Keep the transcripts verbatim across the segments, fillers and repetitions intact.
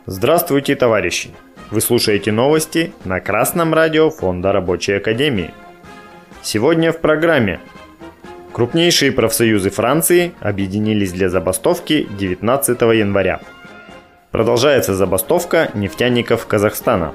Здравствуйте, товарищи! Вы слушаете новости на Красном радио Фонда Рабочей Академии. Сегодня в программе. Крупнейшие профсоюзы Франции объединились для забастовки девятнадцатого января. Продолжается забастовка нефтяников Казахстана.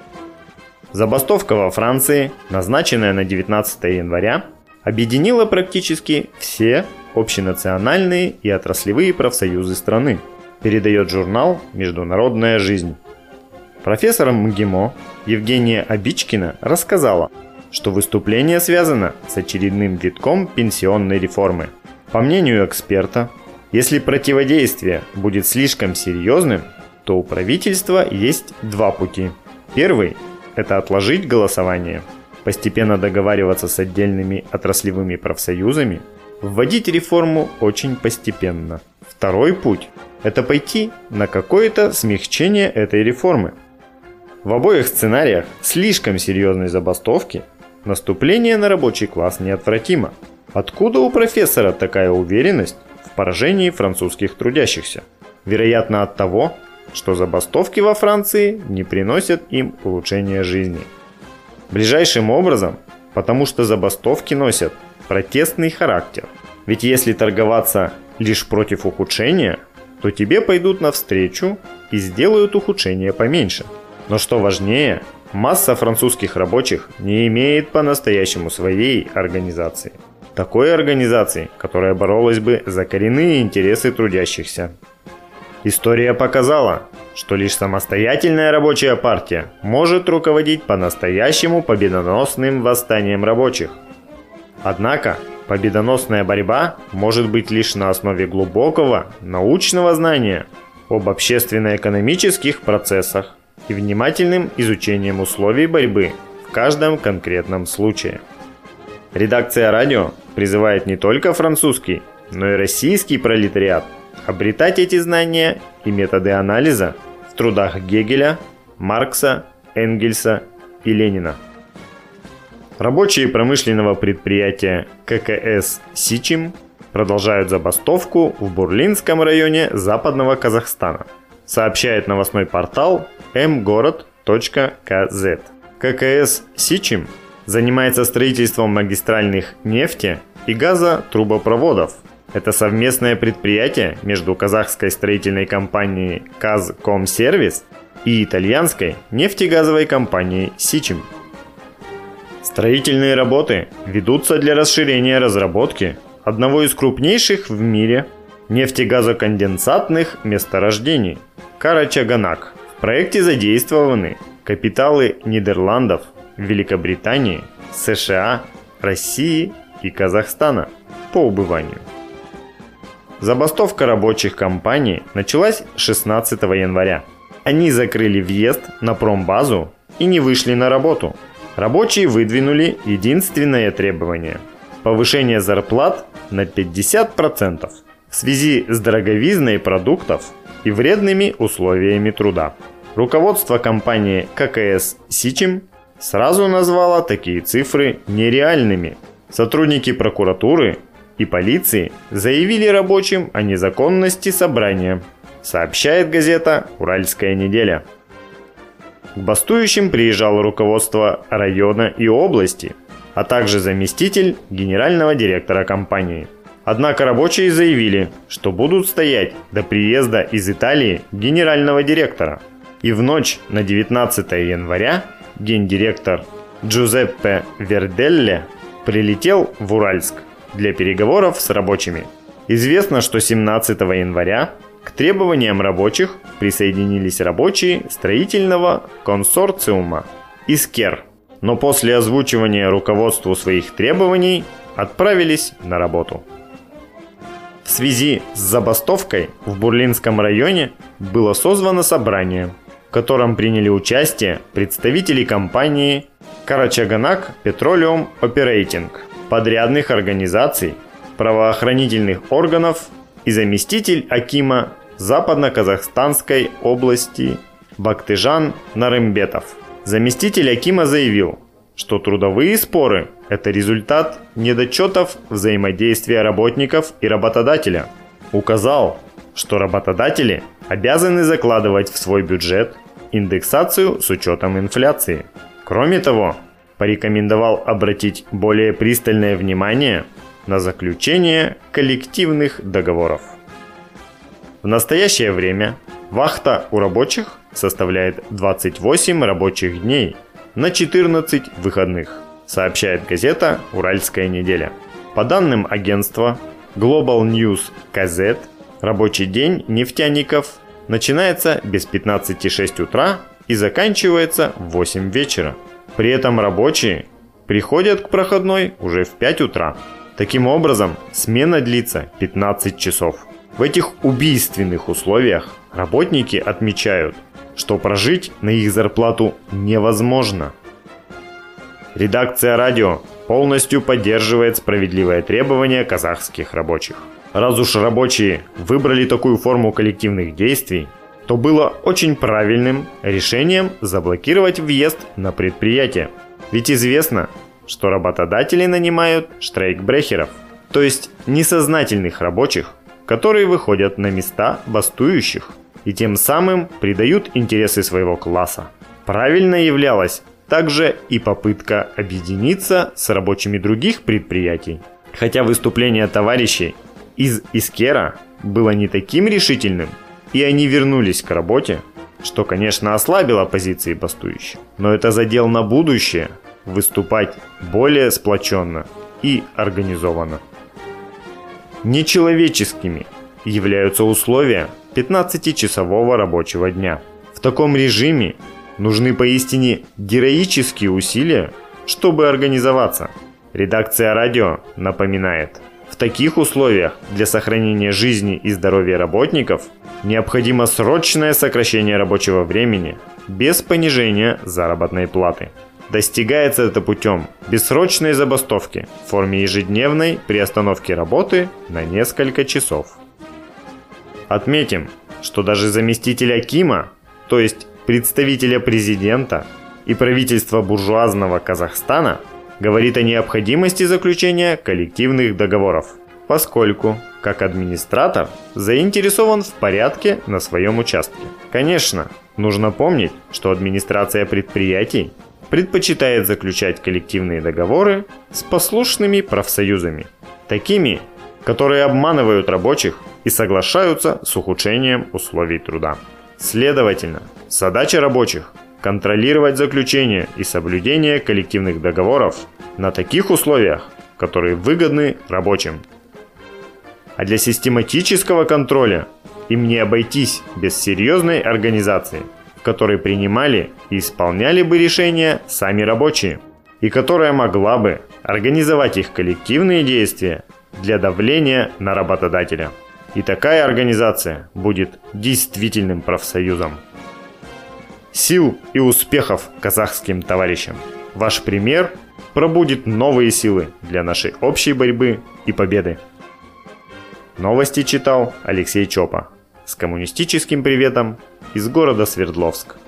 Забастовка во Франции, назначенная на девятнадцатое января, объединила практически все общенациональные и отраслевые профсоюзы страны, передает журнал «Международная жизнь». Профессор МГИМО Евгения Обичкина рассказала, что выступление связано с очередным витком пенсионной реформы. По мнению эксперта, если противодействие будет слишком серьезным, то у правительства есть два пути. Первый – это отложить голосование, постепенно договариваться с отдельными отраслевыми профсоюзами, вводить реформу очень постепенно. Второй путь – это пойти на какое-то смягчение этой реформы. В обоих сценариях слишком серьезной забастовки наступление на рабочий класс неотвратимо. Откуда у профессора такая уверенность в поражении французских трудящихся? Вероятно, от того, что забастовки во Франции не приносят им улучшения жизни. Ближайшим образом, потому что забастовки носят протестный характер. Ведь если торговаться лишь против ухудшения, то тебе пойдут навстречу и сделают ухудшение поменьше. Но что важнее, масса французских рабочих не имеет по-настоящему своей организации. Такой организации, которая боролась бы за коренные интересы трудящихся. История показала, что лишь самостоятельная рабочая партия может руководить по-настоящему победоносным восстанием рабочих. Однако, победоносная борьба может быть лишь на основе глубокого научного знания об общественно-экономических процессах и внимательным изучением условий борьбы в каждом конкретном случае. Редакция радио призывает не только французский, но и российский пролетариат обретать эти знания и методы анализа в трудах Гегеля, Маркса, Энгельса и Ленина. Рабочие промышленного предприятия ККС «Сичим» продолжают забастовку в Бурлинском районе Западного Казахстана, сообщает новостной портал эм город точка ка зет. ККС «Сичим» занимается строительством магистральных нефти и газотрубопроводов. Это совместное предприятие между казахской строительной компанией «Казкомсервис» и итальянской нефтегазовой компанией «Сичим». Строительные работы ведутся для расширения разработки одного из крупнейших в мире нефтегазоконденсатных месторождений – Карачаганак. В проекте задействованы капиталы Нидерландов, Великобритании, США, России и Казахстана по убыванию. Забастовка рабочих компаний началась шестнадцатого января. Они закрыли въезд на промбазу и не вышли на работу. Рабочие выдвинули единственное требование – повышение зарплат на пятьдесят процентов в связи с дороговизной продуктов и вредными условиями труда. Руководство компании ККС «Сичим» сразу назвало такие цифры нереальными. Сотрудники прокуратуры и полиции заявили рабочим о незаконности собрания, сообщает газета «Уральская неделя». К бастующим приезжало руководство района и области, а также заместитель генерального директора компании. Однако рабочие заявили, что будут стоять до приезда из Италии генерального директора. И в ночь на девятнадцатое января гендиректор Джузеппе Верделле прилетел в Уральск для переговоров с рабочими. Известно, что семнадцатого января к требованиям рабочих присоединились рабочие строительного консорциума «Искер», но после озвучивания руководству своих требований отправились на работу. В связи с забастовкой в Бурлинском районе было созвано собрание, в котором приняли участие представители компании Карачаганак Petroleum Operating, подрядных организаций, правоохранительных органов и заместитель акима Западно-Казахстанской области Бактыжан Нарымбетов. Заместитель акима заявил, что трудовые споры – это результат недочетов взаимодействия работников и работодателя. Указал, что работодатели обязаны закладывать в свой бюджет индексацию с учетом инфляции. Кроме того, порекомендовал обратить более пристальное внимание на заключение коллективных договоров. В настоящее время вахта у рабочих составляет двадцать восемь рабочих дней на четырнадцать выходных, сообщает газета «Уральская неделя». По данным агентства Global News кей зет, рабочий день нефтяников начинается без пятнадцати шесть утра и заканчивается в восемь вечера. При этом рабочие приходят к проходной уже в пять утра. Таким образом, смена длится пятнадцать часов. В этих убийственных условиях работники отмечают, что прожить на их зарплату невозможно. Редакция радио полностью поддерживает справедливое требование казахских рабочих. Раз уж рабочие выбрали такую форму коллективных действий, то было очень правильным решением заблокировать въезд на предприятие. Ведь известно, что работодатели нанимают штрейкбрехеров, то есть несознательных рабочих, которые выходят на места бастующих и тем самым предают интересы своего класса. Правильно являлась также и попытка объединиться с рабочими других предприятий. Хотя выступление товарищей из Искера было не таким решительным, и они вернулись к работе, что, конечно, ослабило позиции бастующих. Но это задел на будущее выступать более сплоченно и организованно. Нечеловеческими являются условия пятнадцатичасового рабочего дня. В таком режиме нужны поистине героические усилия, чтобы организоваться. Редакция радио напоминает, в таких условиях для сохранения жизни и здоровья работников необходимо срочное сокращение рабочего времени без понижения заработной платы. Достигается это путем бессрочной забастовки в форме ежедневной приостановки работы на несколько часов. Отметим, что даже заместитель акима, то есть представителя президента и правительства буржуазного Казахстана, говорит о необходимости заключения коллективных договоров, поскольку, как администратор, заинтересован в порядке на своем участке. Конечно, нужно помнить, что администрация предприятий предпочитает заключать коллективные договоры с послушными профсоюзами, такими, которые обманывают рабочих и соглашаются с ухудшением условий труда. Следовательно, задача рабочих – контролировать заключение и соблюдение коллективных договоров на таких условиях, которые выгодны рабочим. А для систематического контроля им не обойтись без серьезной организации, в которой принимали и исполняли бы решения сами рабочие, и которая могла бы организовать их коллективные действия для давления на работодателя. И такая организация будет действительным профсоюзом. Сил и успехов казахским товарищам! Ваш пример пробудит новые силы для нашей общей борьбы и победы. Новости читал Алексей Чопа. С коммунистическим приветом из города Свердловск.